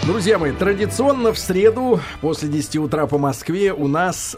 Друзья мои, традиционно в среду после 10 утра по Москве у нас,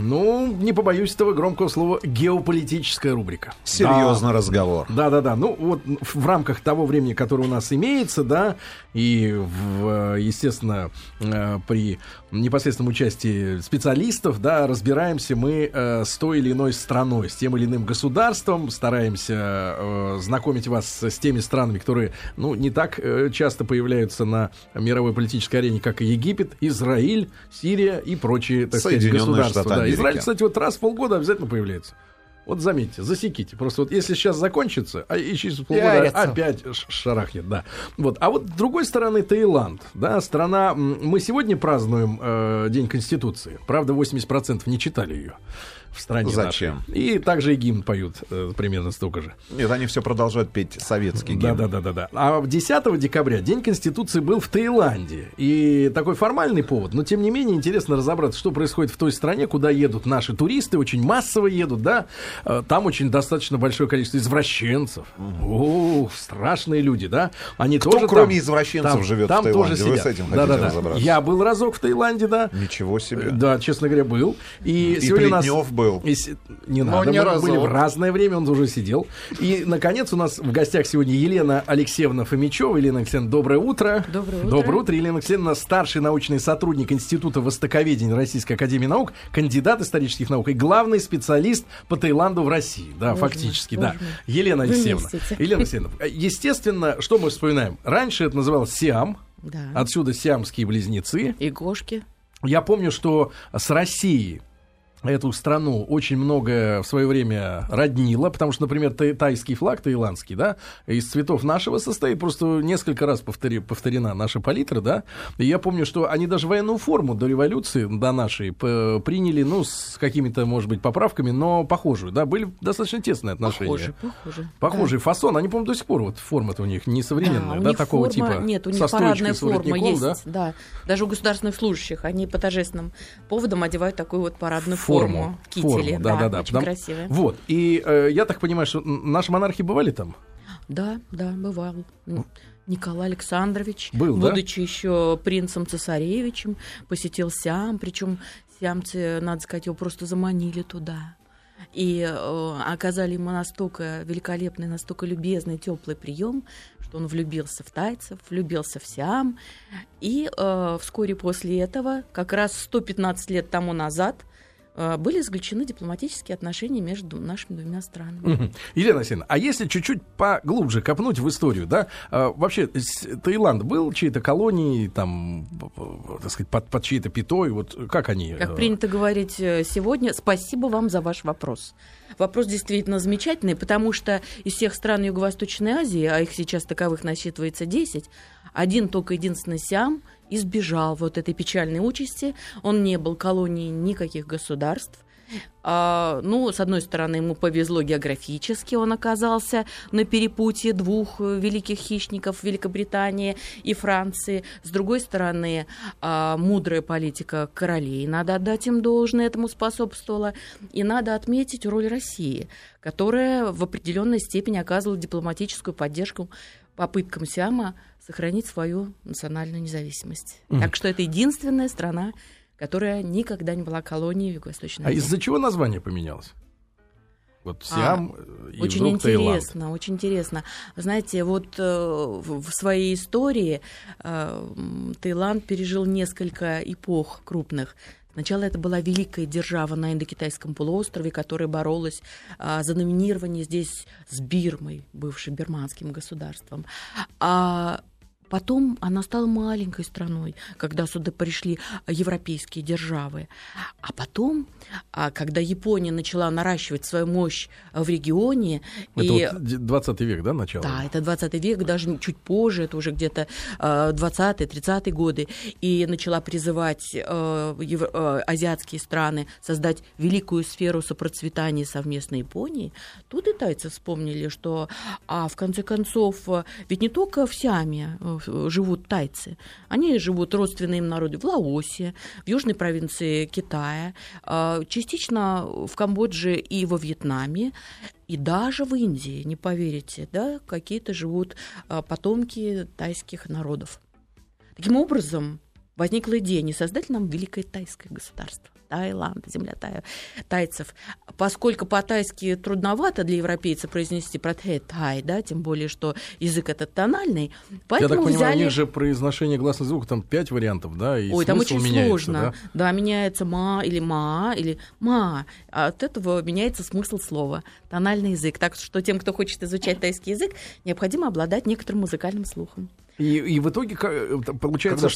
не побоюсь этого громкого слова, геополитическая рубрика. Серьезный разговор. Да. Ну, вот в рамках того времени, которое у нас имеется, да, и, естественно, при непосредственном участии специалистов, да, разбираемся мы с той или иной страной, с тем или иным государством, стараемся знакомить вас с теми странами, которые, не так часто появляются на мировой политической арене, как и Египет, Израиль, Сирия и прочие, так сказать, государства. Да. Израиль, кстати, вот раз в полгода обязательно появляется. Вот заметьте, засеките. Просто вот если сейчас закончится, и через полгода опять шарахнет, да. Вот. А вот с другой стороны Таиланд, да, страна. Мы сегодня празднуем День Конституции. Правда, 80% не читали ее в стране. Зачем? Нашей. И также и гимн поют примерно столько же. Нет, они все продолжают петь советский гимн. Да. А 10 декабря День Конституции был в Таиланде. И такой формальный повод. Но, тем не менее, интересно разобраться, что происходит в той стране, куда едут наши туристы. Очень массово едут, да. Там очень достаточно большое количество извращенцев. Страшные люди, да. Они Кто, тоже кроме там, извращенцев, живет в Таиланде? Тоже Вы сидят. с этим хотите разобраться? Я был разок в Таиланде, да. Ничего себе. Да, честно говоря, был. И сегодня у нас был. Не надо, мы были в разное время, он уже сидел. И, наконец, у нас в гостях сегодня Елена Алексеевна Фомичева. Елена Алексеевна, доброе утро. Доброе утро. Елена Алексеевна, старший научный сотрудник Института востоковедения Российской академии наук, кандидат исторических наук и главный специалист по Таиланду в России. Да, фактически, да. Елена Алексеевна, естественно, что мы вспоминаем? Раньше это называлось Сиам. Да. Отсюда сиамские близнецы. И кошки. Я помню, что с Россией эту страну очень многое в свое время роднило, потому что, например, тайский флаг, таиландский, да, из цветов нашего состоит, просто несколько раз повторена наша палитра, да, и я помню, что они даже военную форму до революции, до нашей, приняли, с какими-то, может быть, поправками, но похожую, да, были достаточно тесные отношения. Похожий фасон, они, по-моему, до сих пор, вот форма-то у них не современная, да, такого форма, типа. Нет, у них парадная форма есть, да, даже у государственных служащих, они по торжественным поводам одевают такую вот парадную форму, кители, да, очень красивая. Вот, и я так понимаю, что наши монархи бывали там? Да, бывал. Николай Александрович, был, будучи еще принцем-цесаревичем, посетил Сиам, причем сиамцы, надо сказать, его просто заманили туда. И оказали ему настолько великолепный, настолько любезный, теплый прием, что он влюбился в тайцев, влюбился в Сиам. И вскоре после этого, как раз 115 лет тому назад, были заключены дипломатические отношения между нашими двумя странами. Елена Алексеевна, а если чуть-чуть поглубже копнуть в историю, да, вообще Таиланд был чьей-то колонией, там, так сказать, под чьей-то пятой, вот как они? Как принято говорить сегодня, спасибо вам за ваш вопрос. Вопрос действительно замечательный, потому что из всех стран Юго-Восточной Азии, а их сейчас таковых насчитывается 10, один только единственный Сиам избежал вот этой печальной участи. Он не был колонией никаких государств. С одной стороны, ему повезло географически, он оказался на перепутье двух великих хищников Великобритании и Франции. С другой стороны, мудрая политика королей, надо отдать им должное, этому способствовала. И надо отметить роль России, которая в определенной степени оказывала дипломатическую поддержку попыткам Сиама сохранить свою национальную независимость. Так что это единственная страна, которая никогда не была колонией в Юго-Восточной Азии. А из-за чего название поменялось? Вот Сиам и очень вдруг интересно, Таиланд. Очень интересно. Знаете, вот в своей истории Таиланд пережил несколько эпох крупных. Сначала это была великая держава на Индокитайском полуострове, которая боролась за доминирование здесь с Бирмой, бывшим бирманским государством. А потом она стала маленькой страной, когда сюда пришли европейские державы. А потом, когда Япония начала наращивать свою мощь в регионе... Это вот 20 век, да, начало? Да, это 20 век, даже чуть позже, это уже где-то 20-30-е годы. И начала призывать азиатские страны создать великую сферу сопроцветания совместной Японии. Тут и тайцы вспомнили, что в конце концов, ведь не только в Сиаме живут тайцы. Они живут родственные им народы в Лаосе, в южной провинции Китая, частично в Камбодже и во Вьетнаме, и даже в Индии, не поверите, да, какие-то живут потомки тайских народов. Таким образом, возникла идея не создать нам великое тайское государство. Таиланд, земля тайцев. Поскольку по-тайски трудновато для европейца произнести тай, да, тем более, что язык этот тональный, поэтому я так понимаю, взяли... у них же произношение гласных звуков, там 5 вариантов, да, и Ой, там очень меняется, сложно. Да, меняется ма, или ма. А от этого меняется смысл слова. Тональный язык. Так что тем, кто хочет изучать тайский язык, необходимо обладать некоторым музыкальным слухом. И в итоге получается,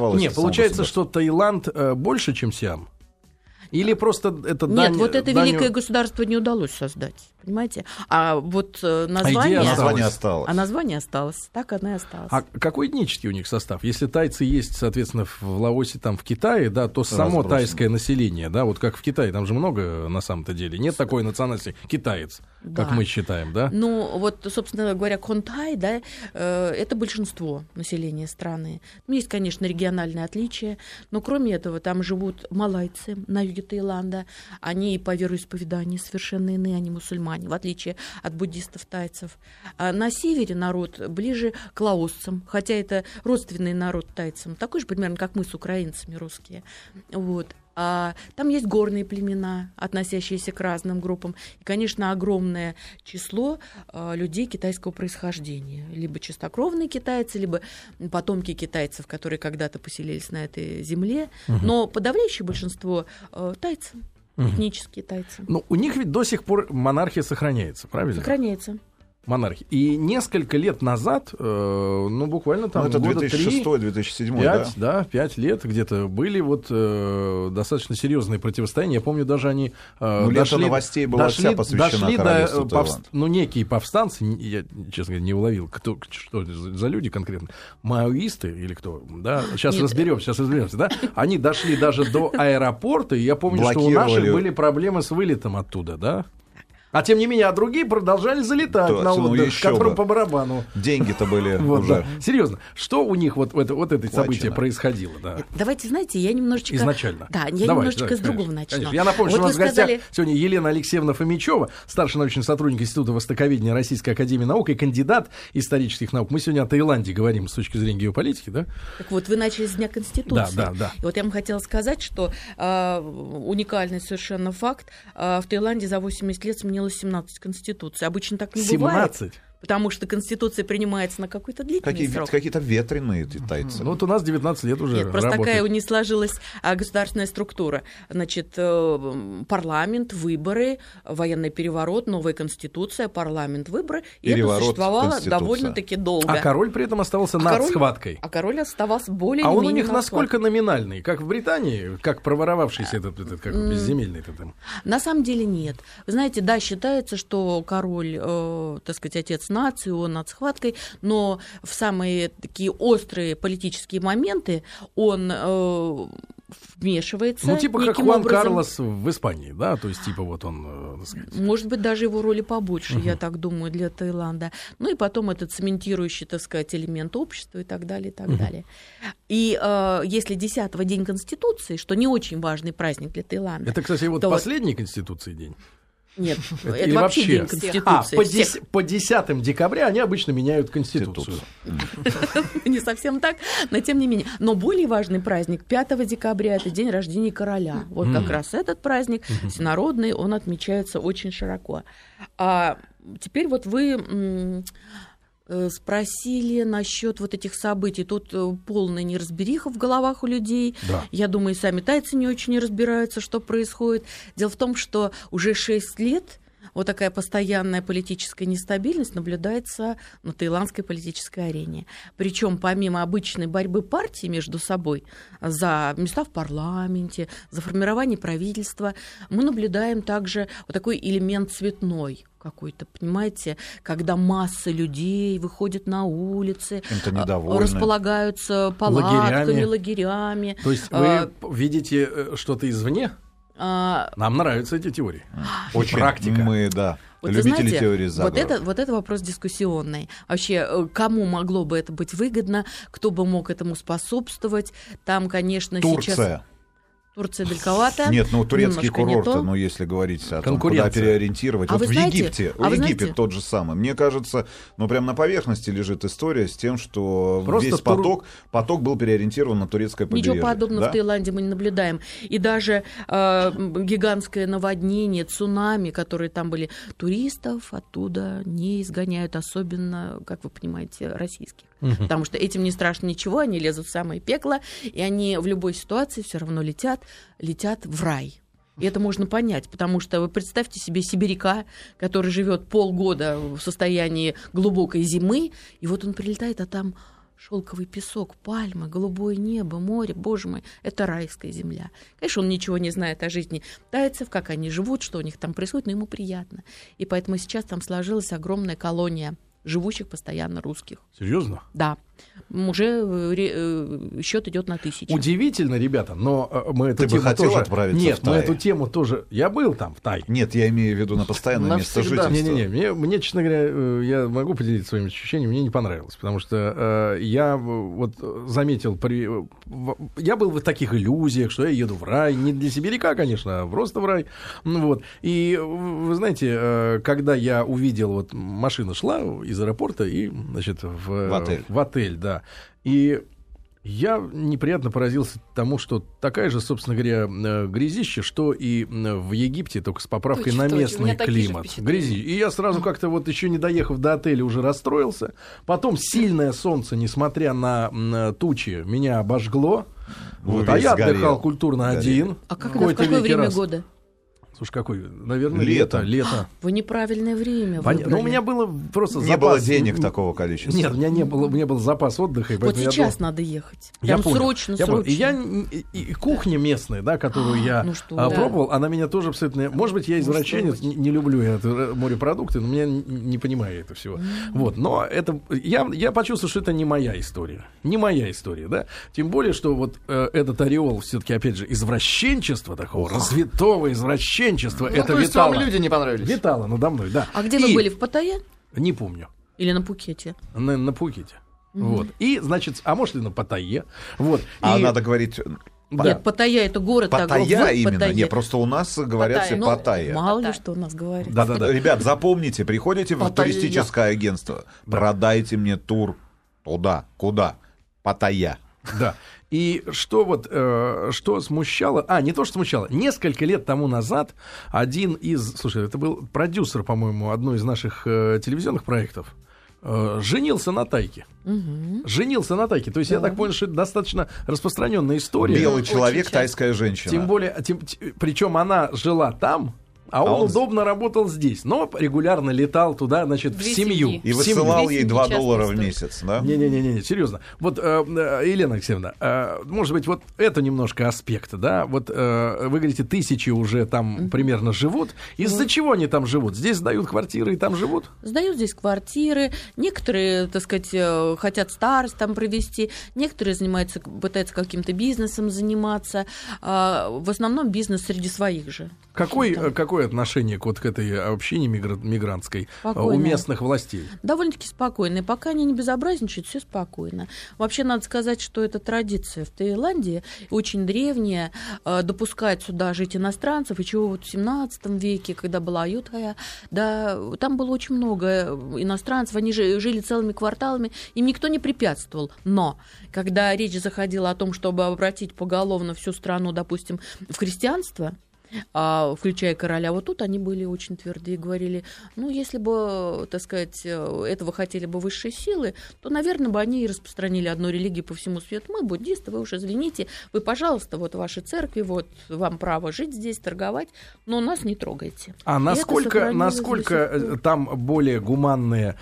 что Таиланд больше, чем Сиам? Или просто это Нет, вот это великое государство не удалось создать, понимаете? А вот название... осталось. А название осталось, так оно и осталось. А какой этнический у них состав? Если тайцы есть, соответственно, в Лаосе, там, в Китае, да, то само тайское население, да, вот как в Китае, там же много на самом-то деле. Нет такой национальности китаец, как мы считаем, да? Ну, вот, собственно говоря, Контай, да, это большинство населения страны. Есть, конечно, региональные отличия, но кроме этого там живут малайцы на юге Таиланда. Они по вероисповеданию совершенно иные, они мусульмане, в отличие от буддистов-тайцев. А на севере народ ближе к лаосцам, хотя это родственный народ тайцам, такой же примерно, как мы с украинцами русские. Вот. А там есть горные племена, относящиеся к разным группам. И, конечно, огромное число людей китайского происхождения. Либо чистокровные китайцы, либо потомки китайцев, которые когда-то поселились на этой земле. Но подавляющее большинство тайцы, этнические тайцы. Ну, у них ведь до сих пор монархия сохраняется, правильно? Сохраняется. Монархии. И несколько лет назад, ну, буквально там это года 2006-2007, 5, да, 5 лет где-то были вот достатчно серьезные противостояния. Я помню, даже они лента новостей была вся посвящена королевству Таиланд. Ну, некие повстанцы, я, честно говоря, не уловил, что за люди конкретно, маоисты или кто, да, сейчас разберемся, да, они дошли даже до аэропорта, и я помню, что у наших были проблемы с вылетом оттуда, да. А тем не менее, другие продолжали залетать на отдых, которым по барабану. Деньги-то были вот, уже. Да. Серьезно, что у них вот это событие происходило? Да? Давайте, знаете, я немножечко... Изначально. Да, я немножечко с другого начну. Конечно. Я напомню, что у нас в гостях сегодня Елена Алексеевна Фомичева, старший научный сотрудник Института востоковедения Российской академии наук и кандидат исторических наук. Мы сегодня о Таиланде говорим с точки зрения геополитики, да? Так вот, вы начали с Дня Конституции. Да. И вот я вам хотела сказать, что уникальный совершенно факт. В Таиланде за 80 лет сменилось 17 конституций. Обычно так не 17? Бывает. Потому что Конституция принимается на какой-то длительный срок. Какие-то ветреные эти тайцы. Ну, вот у нас 19 лет уже Нет, просто работает. такая не сложилась государственная структура. Значит, парламент, выборы, военный переворот, новая Конституция, парламент, выборы. И это существовало довольно-таки долго. А король при этом оставался над схваткой. А король оставался более-менее. А он у них насколько номинальный? Как в Британии? Как проворовавшийся этот как безземельный там? На самом деле нет. Вы знаете, да, считается, что король, так сказать, отец нации, он над схваткой, но в самые такие острые политические моменты он вмешивается. Ну, типа как Хуан Карлос в Испании, да? То есть, типа вот он, так сказать... Может быть, даже его роли побольше, я так думаю, для Таиланда. Ну, и потом этот цементирующий, так сказать, элемент общества и так далее, и так далее. И если 10-го день Конституции, что не очень важный праздник для Таиланда... Это, кстати, вот последний Конституции день. Нет, это вообще день Конституции. По 10 декабря они обычно меняют Конституцию. Не совсем так, но тем не менее. Но более важный праздник 5 декабря – это день рождения короля. Вот как раз этот праздник всенародный, он отмечается очень широко. А теперь вот вы... спросили насчет вот этих событий. Тут полная неразбериха в головах у людей. Да. Я думаю, и сами тайцы не очень разбираются, что происходит. Дело в том, что уже 6 лет вот такая постоянная политическая нестабильность наблюдается на таиландской политической арене. Причем помимо обычной борьбы партий между собой за места в парламенте, за формирование правительства, мы наблюдаем также вот такой элемент цветной какой-то, понимаете, когда масса людей выходят на улицы, располагаются палатками, лагерями. То есть вы видите что-то извне? Нам нравятся эти теории. Очень. Практика. Мы, да, вот любители теории заговора. Вот это вопрос дискуссионный. Вообще, кому могло бы это быть выгодно, кто бы мог этому способствовать? Там, конечно, Турция. Турция далековато. Нет, турецкие курорты, если говорить о том, куда переориентировать. Вот в Египте, Египет тот же самый. Мне кажется, прям на поверхности лежит история с тем, что просто весь поток был переориентирован на турецкое побережье. Ничего подобного в Таиланде мы не наблюдаем. И даже гигантское наводнение, цунами, которые там были, туристов оттуда не изгоняют, особенно, как вы понимаете, российских. Потому что этим не страшно ничего, они лезут в самое пекло, и они в любой ситуации все равно летят в рай. И это можно понять, потому что вы представьте себе сибиряка, который живет полгода в состоянии глубокой зимы, и вот он прилетает, а там шелковый песок, пальмы, голубое небо, море, боже мой, это райская земля. Конечно, он ничего не знает о жизни тайцев, как они живут, что у них там происходит, но ему приятно. И поэтому сейчас там сложилась огромная колония живущих постоянно русских. Серьезно? Да. Уже счет идет на 1000. Удивительно, ребята, но мы эту тему тоже... Ты бы хотел отправиться Нет, в Тай? мы эту тему тоже... Я был там, в Тай. Нет, я имею в виду на постоянное место жительства. Мне, честно говоря, я могу поделиться своими ощущениями, мне не понравилось, потому что я вот заметил... Я был в таких иллюзиях, что я еду в рай, не для сибиряка, конечно, а просто в рай. Вот. И, вы знаете, когда я увидел, вот машина шла из аэропорта и, значит, в отель, да. И я неприятно поразился тому, что такая же, собственно говоря, грязище, что и в Египте, только с поправкой на местный климат. Грязи. И я сразу как-то вот еще не доехав до отеля уже расстроился. Потом сильное солнце, несмотря на тучи, меня обожгло. Вот. А я отдыхал культурно один. А в какое время года? Слушай, какой? Наверное, лето. Вы неправильное время выбрали. Ну, у меня было просто запас. Не было денег такого количества. Нет, у меня был запас отдыха. И вот сейчас надо ехать. Прям срочно. И кухня местная, да, которую я пробовал, она меня тоже абсолютно... Может быть, я извращенец, не люблю я морепродукты, но меня не понимаю это всего. Вот, но это... Я почувствовал, что это не моя история. Не моя история, да? Тем более, что вот этот ореол все-таки, опять же, извращенчества такого, развитого извращенчества, это то есть витало. вам люди не понравились? Витало надо мной, да. А где вы были, в Паттайе? Не помню. Или на Пхукете? На Пхукете. Вот. И, значит, а может и на Паттайе. Вот. А надо говорить... Нет, Паттайя это город. Паттайя именно. Не, просто у нас говорят все Паттайя. Мало ли что у нас говорят. Да. Ребят, запомните, приходите в туристическое агентство, продайте мне тур туда. Куда? Паттайя. Да. И что смущало... не то, что смущало. Несколько лет тому назад один из... Слушай, это был продюсер, по-моему, одной из наших телевизионных проектов. Женился на тайке. Женился на тайке. То есть я так понял, что это достаточно распространенная история. Белый человек, тайская женщина. Тем более, причем она жила там, а он удобно работал здесь, но регулярно летал туда, значит, в семью. И высылал ей $2 в месяц, да? Не, серьезно. Вот, Елена Алексеевна, может быть, вот это немножко аспект, да? Вот вы говорите, 1000 уже там примерно живут. Из-за чего они там живут? Здесь сдают квартиры и там живут? Сдают здесь квартиры. Некоторые, так сказать, хотят старость там провести. Некоторые пытаются каким-то бизнесом заниматься. В основном бизнес среди своих же. Какое отношение к этой общине мигрантской у местных властей? Довольно-таки спокойное. Пока они не безобразничают, все спокойно. Вообще, надо сказать, что это традиция в Таиланде, очень древняя, допускать сюда жить иностранцев, и чего вот в 17 веке, когда была Аютхая, да, там было очень много иностранцев, они жили целыми кварталами, им никто не препятствовал. Но, когда речь заходила о том, чтобы обратить поголовно всю страну, допустим, в христианство, включая короля, вот тут они были очень твердые и говорили, если бы, так сказать, этого хотели бы высшие силы, то, наверное, бы они и распространили одну религию по всему свету. Мы, буддисты, вы уж извините, вы, пожалуйста, вот ваши церкви, вот вам право жить здесь, торговать, но нас не трогайте. А насколько там более гуманная,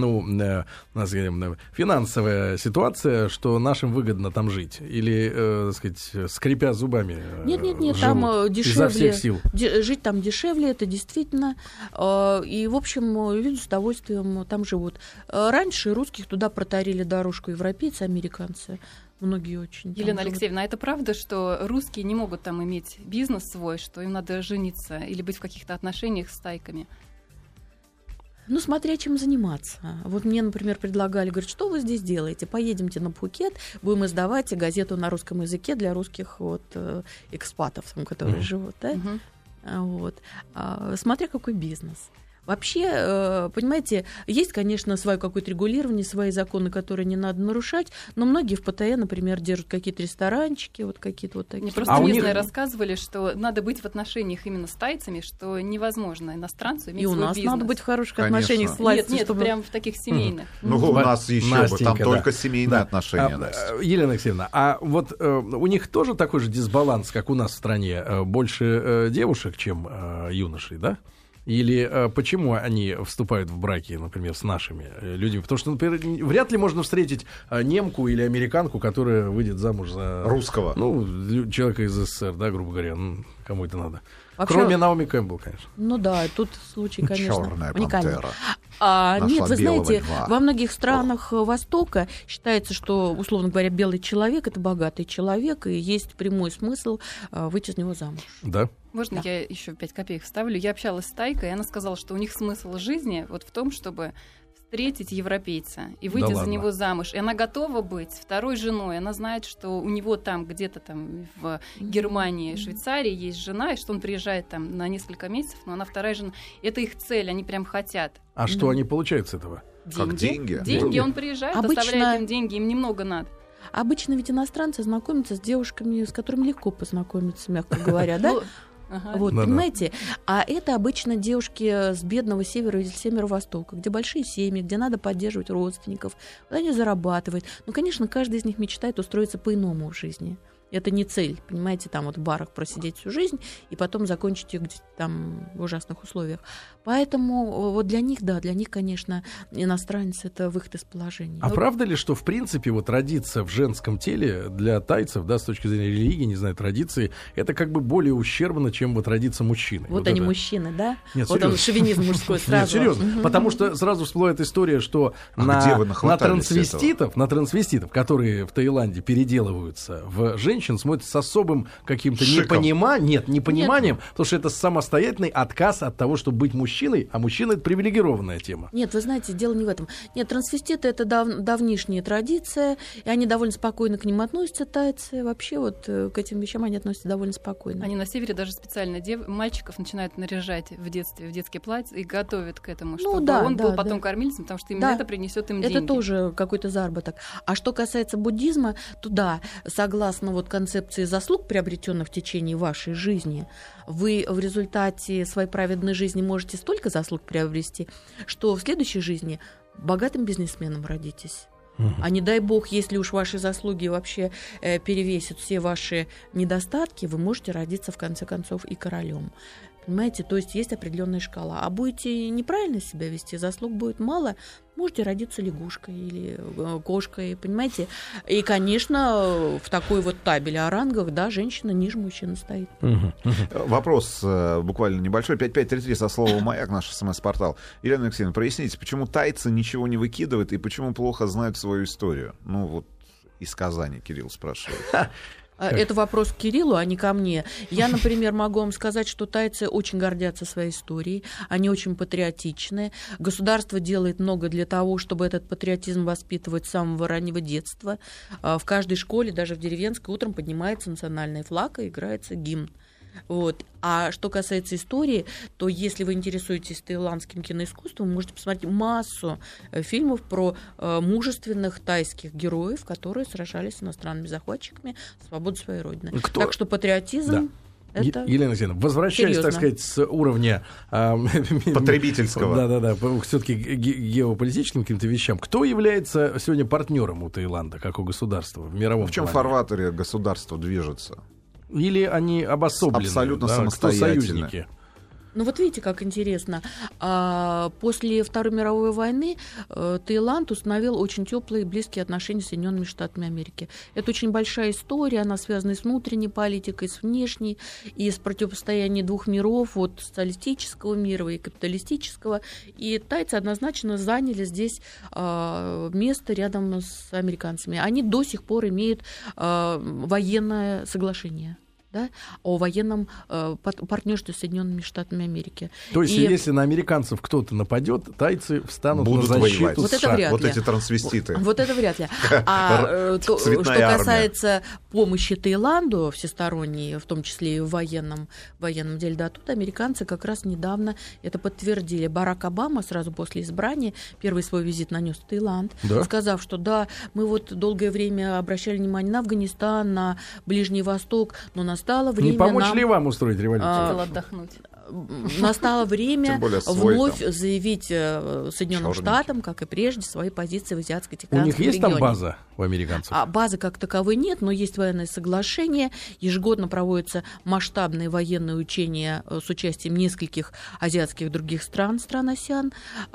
финансовая ситуация, что нашим выгодно там жить? Или, так сказать, скрипя зубами? Нет, там дешевле. Всех сил. Жить там дешевле, это действительно. И, в общем, люди с удовольствием там живут. Раньше русских туда протарили дорожку европейцы, американцы. Многие очень. Елена Алексеевна, это правда, что русские не могут там иметь бизнес свой, что им надо жениться или быть в каких-то отношениях с тайками? Ну, смотря чем заниматься. Вот мне, например, предлагали, говорят, что вы здесь делаете? Поедемте на Пхукет, будем издавать газету на русском языке для русских вот, экспатов, там, которые живут. Да? Вот. Смотря какой бизнес. Вообще, понимаете, есть, конечно, свое какое-то регулирование, свои законы, которые не надо нарушать, но многие в ПТЭ, например, держат какие-то ресторанчики, вот какие-то вот такие. Мне просто местные рассказывали, что надо быть в отношениях именно с тайцами, что невозможно иностранцу иметь свой бизнес. И у нас надо быть в хороших отношениях с властью. Нет, прям в таких семейных. Ну, у нас еще бы, там только семейные отношения. Елена Алексеевна, а вот у них тоже такой же дисбаланс, как у нас в стране, больше девушек, чем юношей, да? Или почему они вступают в браки, например, с нашими людьми? Потому что, например, вряд ли можно встретить немку или американку, которая выйдет замуж за... Русского. Ну, человека из СССР, да, грубо говоря. Ну, кому это надо. Вообще, кроме Наоми Кэмпбелл, конечно. Ну да, тут случай, конечно, уникальный. Пантера. Нет, вы знаете, во многих странах Востока считается, что, условно говоря, белый человек — это богатый человек, и есть прямой смысл выйти из него замуж. Да. Можно я еще 5 копеек вставлю? Я общалась с тайкой, и она сказала, что у них смысл жизни вот в том, чтобы встретить европейца и выйти за него замуж. И она готова быть второй женой. Она знает, что у него там где-то там в Германии, Швейцарии есть жена, и что он приезжает там на несколько месяцев, но она вторая жена. Это их цель, они прям хотят. А что они получают с этого? Как деньги? Деньги, он приезжает, оставляет им деньги, им немного надо. Обычно ведь иностранцы знакомятся с девушками, с которыми легко познакомиться, мягко говоря, да? Вот, понимаете? А это обычно девушки с бедного севера или северо-востока, где большие семьи, где надо поддерживать родственников, куда они зарабатывают. Ну, конечно, каждый из них мечтает устроиться по-иному в жизни. Это не цель, понимаете, там вот в барах просидеть всю жизнь и потом закончить ее где-то там в ужасных условиях. Поэтому вот для них, да, для них, конечно, иностранец — это выход из положения. А правда ли, что, в принципе, вот родиться в женском теле для тайцев, да, с точки зрения религии, не знаю, традиции, это как бы более ущербно, чем вот родиться мужчиной? Вот они это... мужчины, да? Нет, вот серьезно. Он, шовинизм мужской сразу. Нет, серьезно. Потому что сразу всплывает история, что на трансвеститов, которые в Таиланде переделываются в женщин, смотрят с особым каким-то непониманием, потому что это самостоятельный отказ от того, чтобы быть мужчиной, а мужчина — это привилегированная тема. Нет, вы знаете, дело не в этом. Нет, трансвеститы — это давнишняя традиция, и они довольно спокойно к ним относятся, тайцы. Вообще вот к этим вещам они относятся довольно спокойно. Они на севере даже специально мальчиков начинают наряжать в детстве, в детские платья и готовят к этому, чтобы он был потом кормильцем, потому что именно это принесет им деньги. Это тоже какой-то заработок. А что касается буддизма, то да, согласно вот концепции заслуг, приобретенных в течение вашей жизни, вы в результате своей праведной жизни можете столько заслуг приобрести, что в следующей жизни богатым бизнесменом родитесь. А не дай бог, если уж ваши заслуги вообще перевесят все ваши недостатки, вы можете родиться в конце концов и королем. Понимаете, то есть есть определенная шкала. А будете неправильно себя вести, заслуг будет мало, можете родиться лягушкой или кошкой, понимаете? И, конечно, в такой вот табеле о рангах, да, женщина ниже мужчины стоит. Вопрос буквально небольшой. 5533 со словом «Маяк», наш СМС-портал. Елена Алексеевна, проясните, почему тайцы ничего не выкидывают и почему плохо знают свою историю? Ну, вот из Казани Кирилл спрашивает. Это вопрос к Кириллу, а не ко мне. Я, например, могу вам сказать, что тайцы очень гордятся своей историей, они очень патриотичны. Государство делает много для того, чтобы этот патриотизм воспитывать с самого раннего детства. В каждой школе, даже в деревенской, утром поднимается национальный флаг и играется гимн. Вот. А что касается истории, то если вы интересуетесь таиландским киноискусством, вы можете посмотреть массу фильмов про мужественных тайских героев, которые сражались с иностранными захватчиками за свободу своей родины. Так что патриотизм... Да. Это Елена Алексеевна, возвращаясь, так сказать, с уровня потребительского, да, все-таки геополитическим каким-то вещам, кто является сегодня партнером у Таиланда, как у государства в мировом В чем плане? фарватере государство движется? Или они обособлены? Абсолютно самостоятельные. Кто союзники? Ну вот видите, как интересно. После Второй мировой войны Таиланд установил очень теплые и близкие отношения с Соединенными Штатами Америки. Это очень большая история, она связана и с внутренней политикой, и с внешней, и с противостоянием двух миров, вот социалистического мира и капиталистического. И тайцы однозначно заняли здесь место рядом с американцами. Они до сих пор имеют военное соглашение. да, о военном партнерстве с Соединенными Штатами Америки. То есть, если на американцев кто-то нападет, тайцы встанут на защиту вот это вряд ли. Вот эти трансвеститы. Вот это вряд ли. Что касается помощи Таиланду всесторонней, в том числе и в военном деле, да, тут американцы как раз недавно это подтвердили. Барак Обама сразу после избрания первый свой визит нанес в Таиланд, сказав, что да, мы вот долгое время обращали внимание на Афганистан, на Ближний Восток, но настало время не помочь ли вам устроить революцию? Отдохнуть. Настало время вновь заявить Соединенным Штатам, как и прежде, свои позиции в Азиатско-Тихоокеанском регионе. У них есть там база у американцев? Базы как таковой нет, но есть военное соглашение. Ежегодно проводятся масштабные военные учения с участием нескольких азиатских других стран АСЕАН.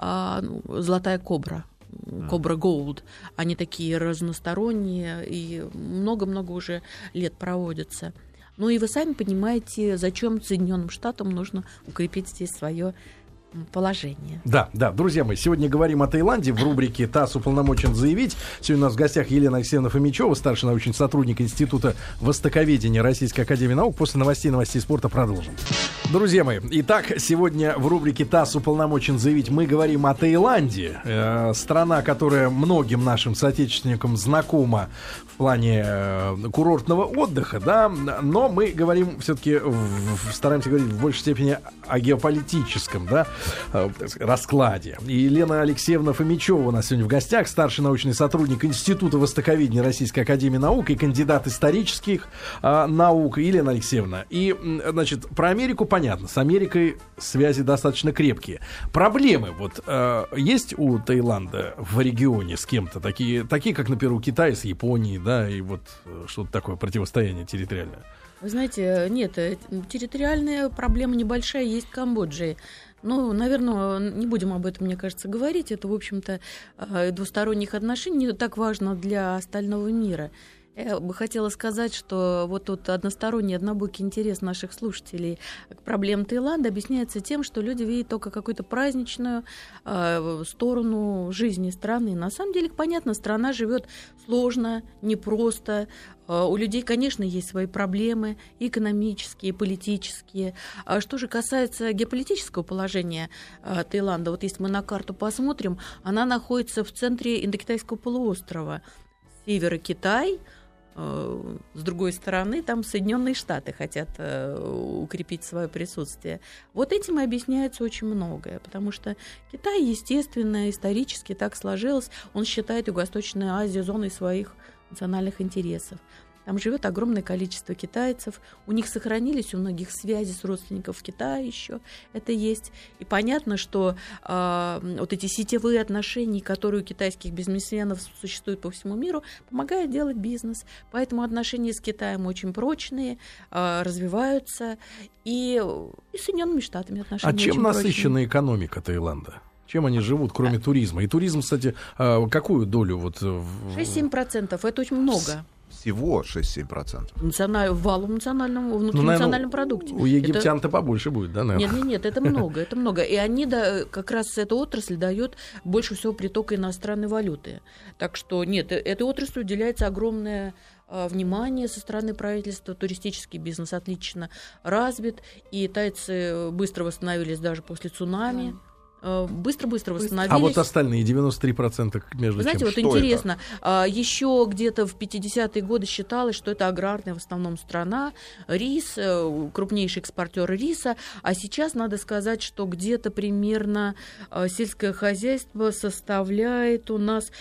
«Золотая кобра». Кобра Голд. Они такие разносторонние и много-много уже лет проводятся. Ну и вы сами понимаете, зачем Соединенным Штатам нужно укрепить здесь свое положение. Да, друзья мои, сегодня говорим о Таиланде в рубрике «ТАСС уполномочен заявить». Сегодня у нас в гостях Елена Алексеевна Фомичева, старший научный сотрудник Института востоковедения Российской академии наук. После новостей спорта продолжим. Друзья мои, итак, сегодня в рубрике «ТАСС уполномочен заявить» мы говорим о Таиланде. Страна, которая многим нашим соотечественникам знакома в плане курортного отдыха, да, но мы говорим все-таки, стараемся говорить в большей степени о геополитическом, да, раскладе. И Елена Алексеевна Фомичева у нас сегодня в гостях, старший научный сотрудник Института востоковедения Российской академии наук и кандидат исторических наук. Елена Алексеевна, и, значит, про Америку понятно, с Америкой связи достаточно крепкие. Проблемы вот есть у Таиланда в регионе с кем-то, такие как, например, у Китая с Японией, да, и вот что-то такое противостояние территориальное? Вы знаете, нет, территориальная проблема небольшая есть в Камбодже. Ну, наверное, не будем об этом, мне кажется, говорить. Это, в общем-то, двусторонних отношений не так важно для остального мира. Я бы хотела сказать, что вот тут односторонний, однобокий интерес наших слушателей к проблемам Таиланда объясняется тем, что люди видят только какую-то праздничную сторону жизни страны. На самом деле, понятно, страна живет сложно, непросто. У людей, конечно, есть свои проблемы экономические, политические. А что же касается геополитического положения Таиланда, вот если мы на карту посмотрим, она находится в центре Индокитайского полуострова. С севера Китай, с другой стороны, там Соединенные Штаты хотят укрепить свое присутствие. Вот этим и объясняется очень многое, потому что Китай, естественно, исторически так сложилось, он считает Юго-Восточную Азию зоной своих национальных интересов. Там живет огромное количество китайцев. У них сохранились у многих связи с родственниками в Китае еще. Это есть. И понятно, что вот эти сетевые отношения, которые у китайских бизнесменов существуют по всему миру, помогают делать бизнес. Поэтому отношения с Китаем очень прочные, развиваются. И с Соединенными Штатами отношения очень прочные. А чем насыщена экономика Таиланда? Чем они живут, кроме туризма? И туризм, кстати, какую долю? 6-7%. Это очень много. Всего 6-7%. Валом национальном, внутринациональном продукте. У египтян-то побольше будет, да, наверное? Нет, это много, это много. И они, как раз эта отрасль дает больше всего притока иностранной валюты. Так что, нет, этой отрасли уделяется огромное внимание со стороны правительства. Туристический бизнес отлично развит, и тайцы быстро восстановились даже после цунами. Быстро-быстро восстановились. А вот остальные 93% между Знаете, чем? Вот что интересно, еще где-то в 50-е годы считалось, что это аграрная в основном страна, рис, крупнейший экспортер риса, а сейчас надо сказать, что где-то примерно сельское хозяйство составляет у нас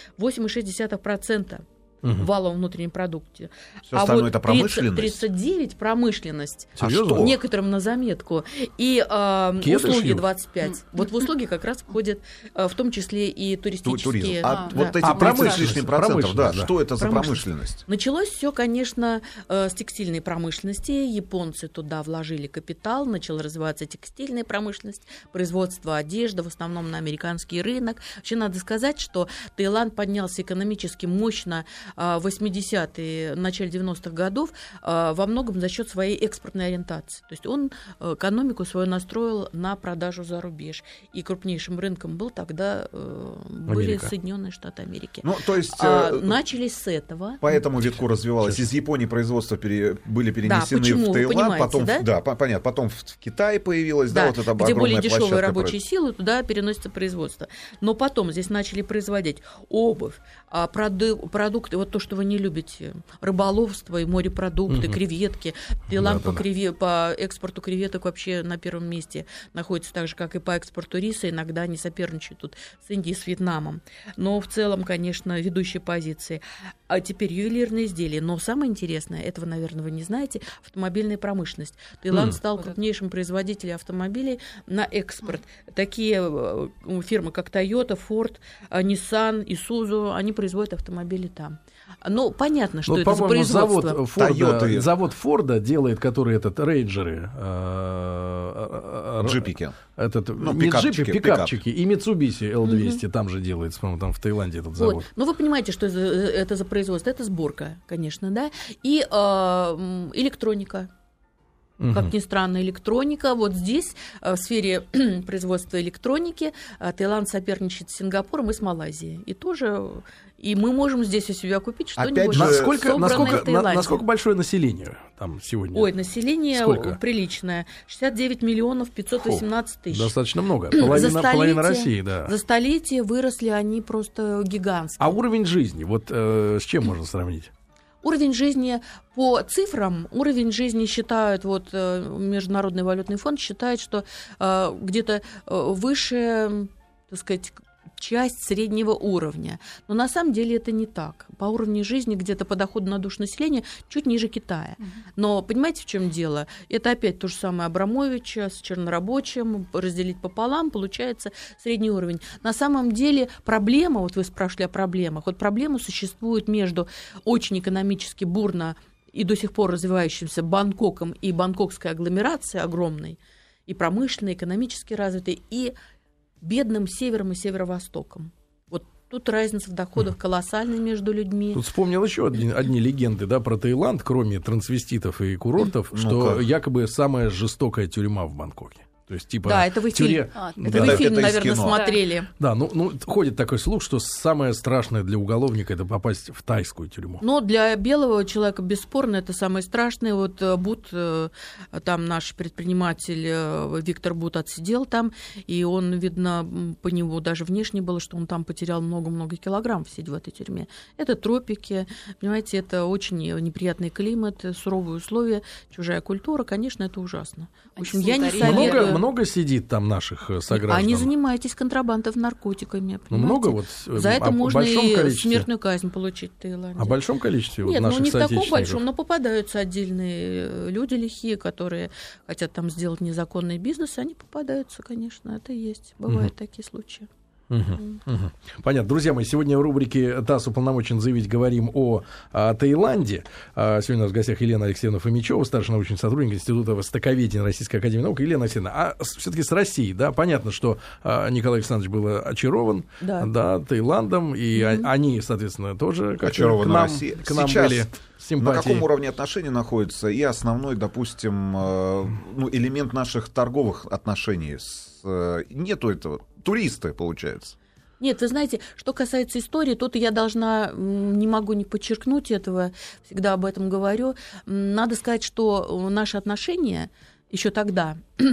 8,6%. В валовом внутреннем продукте. Все остальное это промышленность? 39 промышленность. Серьезно? Некоторым на заметку. И услуги 25. Вот в услуги как раз входят в том числе и туристические. Вот эти 30%, да, что это за промышленность? Началось все, конечно, с текстильной промышленности. Японцы туда вложили капитал, начала развиваться текстильная промышленность, производство одежды, в основном на американский рынок. Вообще надо сказать, что Таиланд поднялся экономически мощно 80-е, начале 90-х годов во многом за счет своей экспортной ориентации. То есть он экономику свою настроил на продажу за рубеж. И крупнейшим рынком был тогда были Соединенные Штаты Америки. Ну, то есть, начались с этого. Поэтому витку развивалось. Из Японии производства были перенесены в Таиланд, потом, понятно, потом в Китае появилось, вот это где более дешевые рабочие силы, туда переносится производство. Но потом здесь начали производить обувь, продукты, вот то, что вы не любите, рыболовство и морепродукты, креветки. Таиланд по экспорту креветок вообще на первом месте находится, так же, как и по экспорту риса. Иногда они соперничают тут с Индией, с Вьетнамом. Но в целом, конечно, ведущие позиции. А теперь ювелирные изделия. Но самое интересное, этого, наверное, вы не знаете, автомобильная промышленность. Таиланд стал крупнейшим производителем автомобилей на экспорт. Такие фирмы, как Toyota, Ford, Nissan, Isuzu, они производят автомобили там. Ну, понятно, что это за производство. Завод Форда делает, который рейнджеры. Джипики. Пикапчики. И Mitsubishi L200 там же делается, по-моему, там в Таиланде этот завод. Ну, вы понимаете, что это за производство. Это сборка, конечно, да. И электроника. Как ни странно, электроника. Вот здесь, в сфере производства электроники, Таиланд соперничает с Сингапуром и с Малайзией. И мы можем здесь у себя купить что-нибудь, собранное в Таиланде. Насколько большое население там сегодня? Ой, население приличное. 69 миллионов 518 тысяч. Достаточно много. Половина России, да. За столетие выросли они просто гигантские. А уровень жизни, вот с чем можно сравнить? Уровень жизни по цифрам, считают, Международный валютный фонд считает, что где-то выше, так сказать, часть среднего уровня. Но на самом деле это не так. По уровню жизни где-то по доходу на душу населения чуть ниже Китая. Но понимаете, в чем дело? Это опять то же самое Абрамовича с чернорабочим, разделить пополам, получается средний уровень. На самом деле проблема, вы спрашивали о проблемах, проблема существует между очень экономически бурно и до сих пор развивающимся Бангкоком и бангкокской агломерацией огромной, и промышленной, и экономически развитой, и бедным севером и северо-востоком. Вот тут разница в доходах колоссальная между людьми. Тут вспомнил еще одни легенды, про Таиланд, кроме трансвеститов и курортов, что якобы самая жестокая тюрьма в Бангкоке. То есть, это вы фильм, наверное, смотрели. Да, ходит такой слух, что самое страшное для уголовника — это попасть в тайскую тюрьму. Но для белого человека, бесспорно, это самое страшное. Бут, там наш предприниматель Виктор Бут отсидел там, и он, видно, по нему даже внешне было, что он там потерял много-много килограмм, сидя в этой тюрьме. Это тропики, понимаете, это очень неприятный климат, суровые условия, чужая культура, конечно, это ужасно. В общем, я не советую. Много сидит там наших сограждан? А не занимайтесь контрабандой наркотиками, много за это можно и смертную казнь получить в Таиланде. О большом количестве Нет, наших не в соотечественников? таком большом, но попадаются отдельные люди лихие, которые хотят там сделать незаконный бизнес, они попадаются, конечно, это есть. Бывают такие случаи. Понятно. Друзья мои, сегодня в рубрике «ТАСС уполномочен заявить» говорим о Таиланде. Сегодня у нас в гостях Елена Алексеевна Фомичева, старший научный сотрудник Института востоковедения Российской академии наук. Елена Алексеевна, все-таки с Россией, понятно, что Николай Александрович был очарован Таиландом, и они, соответственно, тоже очарованы Россией. К нам были симпатии. На каком уровне отношений находится и основной, допустим, элемент наших торговых отношений? Нету этого. Туристы, получается. Нет, вы знаете, что касается истории, тут я не могу не подчеркнуть этого, всегда об этом говорю. Надо сказать, что наши отношения еще тогда,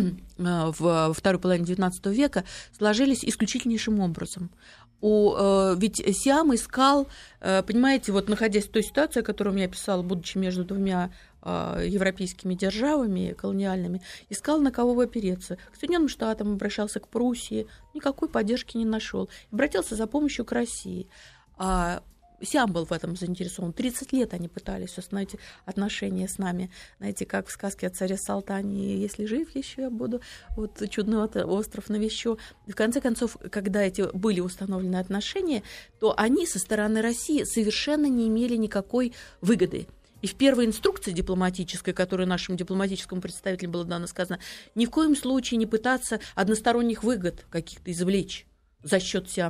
во второй половине XIX века, сложились исключительнейшим образом. Ведь Сиам искал, понимаете, находясь в той ситуации, которую я описала, будучи между двумя европейскими державами колониальными, искал, на кого опереться. К Соединенным Штатам обращался, к Пруссии, никакой поддержки не нашел. Обратился за помощью к России. Сиам был в этом заинтересован. 30 лет они пытались установить отношения с нами. Знаете, как в сказке о царе Салтане: «Если жив еще, я буду чудный остров навещу». И в конце концов, когда эти были установлены отношения, то они со стороны России совершенно не имели никакой выгоды. И в первой инструкции дипломатической, которая нашему дипломатическому представителю была дана, сказано: ни в коем случае не пытаться односторонних выгод каких-то извлечь за счет сиамцев.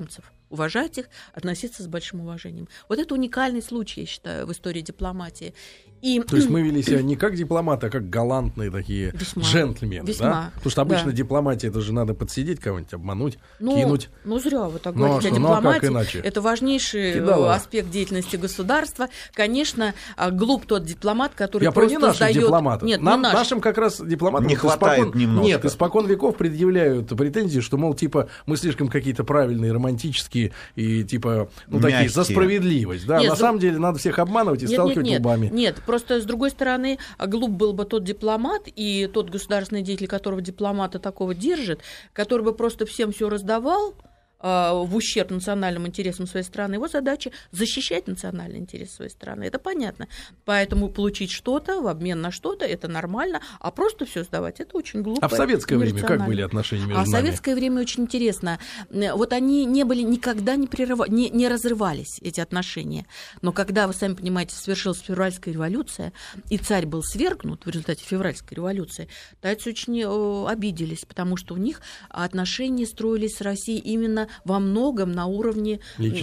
уважать их, относиться с большим уважением. Вот это уникальный случай, я считаю, в истории дипломатии. То есть мы вели себя не как дипломаты, а как галантные такие джентльмены. Да? Потому что обычно дипломатия, это же надо подсидеть кого-нибудь, обмануть, кинуть. Ну, зря вы так говорите. Дипломатия — это важнейший аспект деятельности государства. Конечно, глуп тот дипломат, который просто не наших дипломатов. Нет, нам, нашим как раз дипломатам не хватает немножко. Нет, испокон веков предъявляют претензии, что, мол, типа, мы слишком какие-то правильные, романтические и, типа, такие, за справедливость. Да? На самом деле надо всех обманывать и сталкивать лбами. Нет, просто, с другой стороны, глуп был бы тот дипломат и тот государственный деятель, которого дипломата такого держит, который бы просто всем все раздавал в ущерб национальным интересам своей страны. Его задача — защищать национальные интересы своей страны. Это понятно. Поэтому получить что-то в обмен на что-то — это нормально, а просто все сдавать — это очень глупо. А в советское время как были отношения между нами? В советское время очень интересно. Вот они не были, никогда не разрывались, эти отношения. Но когда, вы сами понимаете, совершилась февральская революция, и царь был свергнут в результате февральской революции, тайцы очень обиделись, потому что у них отношения строились с Россией именно во многом на уровне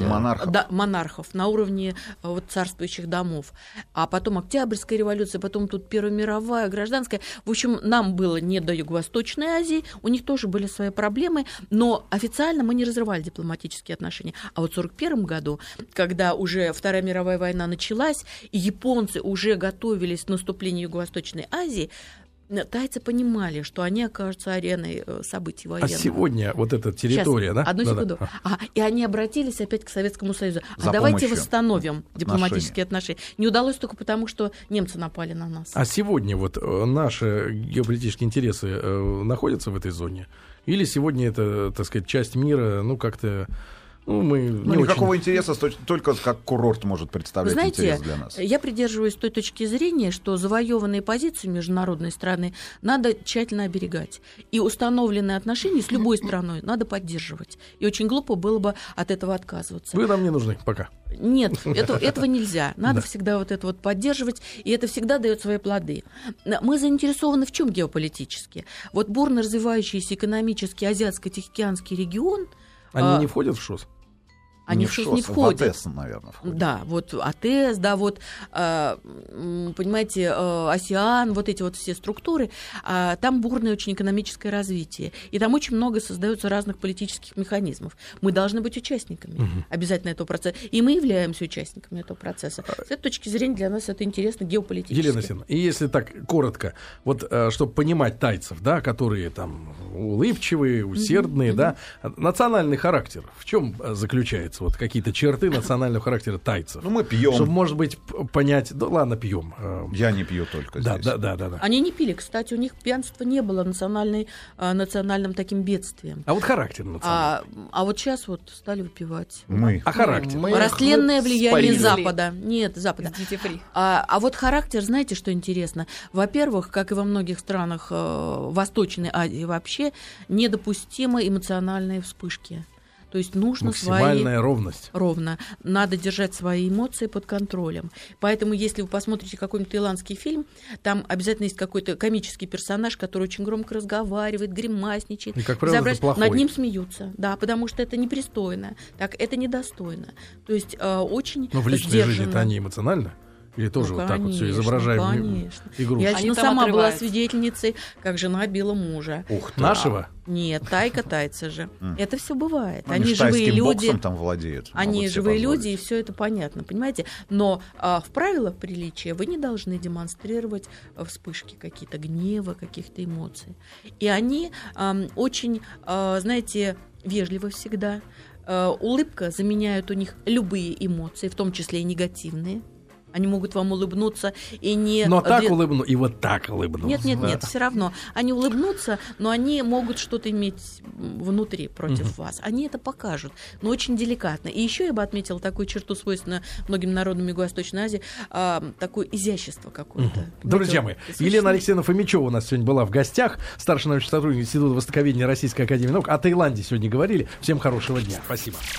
монархов, на уровне царствующих домов. А потом Октябрьская революция, потом тут Первая мировая, гражданская. В общем, нам было не до Юго-Восточной Азии, у них тоже были свои проблемы, но официально мы не разрывали дипломатические отношения. А вот в 1941 году, когда уже Вторая мировая война началась, и японцы уже готовились к наступлению Юго-Восточной Азии, тайцы понимали, что они окажутся ареной событий военных. А сегодня вот эта территория, сейчас, одну секунду. И они обратились опять к Советскому Союзу. Давайте восстановим дипломатические отношения. Не удалось только потому, что немцы напали на нас. А сегодня вот наши геополитические интересы находятся в этой зоне? Или сегодня это, так сказать, часть мира, как-то... никакого интереса, только как курорт может представлять интерес для нас. Я придерживаюсь той точки зрения, что завоеванные позиции международной страны надо тщательно оберегать. И установленные отношения с любой страной надо поддерживать. И очень глупо было бы от этого отказываться. Вы нам не нужны пока. Нет, этого нельзя. Надо всегда вот это поддерживать, и это всегда дает свои плоды. Мы заинтересованы в чем геополитически? Вот бурно развивающийся экономический азиатско-тихоокеанский регион. Они не входят в ШОС? Они в ШОС не входят. В АТЭС, наверное, входят. Да, вот АТЭС, понимаете, АСЕАН, вот эти все структуры, там бурное очень экономическое развитие. И там очень много создается разных политических механизмов. Мы должны быть участниками обязательно этого процесса. И мы являемся участниками этого процесса. С этой точки зрения для нас это интересно геополитически. Елена Алексеевна, и если так коротко, вот чтобы понимать тайцев, да, которые там улыбчивые, усердные, да, национальный характер в чем заключается? Вот какие-то черты национального характера тайцев. Мы пьем. Чтобы, может быть, понять... Да ладно, пьем. Я не пью только здесь. Да. Они не пили. Кстати, у них пьянство не было национальным таким бедствием. А вот характер национальный. А вот сейчас стали выпивать. Характер? Растленное влияние Запада. Нет, Запада. А вот характер, знаете, что интересно? Во-первых, как и во многих странах Восточной Азии вообще, недопустимы эмоциональные вспышки. То есть нужно максимальная ровность. Ровно. Надо держать свои эмоции под контролем. Поэтому, если вы посмотрите какой-нибудь таиландский фильм, там обязательно есть какой-то комический персонаж, который очень громко разговаривает, гримасничает. И, как правило, это плохой. Над ним смеются. Да, потому что это непристойно. Так, это недостойно. То есть очень но в личной жизни-то они эмоционально? Или тоже вот так вот все изображаем игрушку? Я сама была свидетельницей, как жена била мужа. Ух ты. Нашего? Нет, тайца же. Это все бывает. Они живые люди. Там владеют. Они живые люди, и все это понятно, понимаете? Но в правилах приличия вы не должны демонстрировать вспышки какие-то гнева, каких-то эмоций. И они очень, знаете, вежливы всегда. Улыбка заменяет у них любые эмоции, в том числе и негативные. Они могут вам улыбнуться и не... Но так улыбнуться, и вот так улыбнуться. Нет, все равно. Они улыбнутся, но они могут что-то иметь внутри против вас. Они это покажут, но очень деликатно. И еще я бы отметила такую черту, свойственную многим народам Юго-Восточной Азии, такое изящество какое-то. Друзья мои, Елена Алексеевна Фомичева у нас сегодня была в гостях, старший научный сотрудник Института Востоковедения Российской академии наук. О Таиланде сегодня говорили. Всем хорошего дня. Спасибо.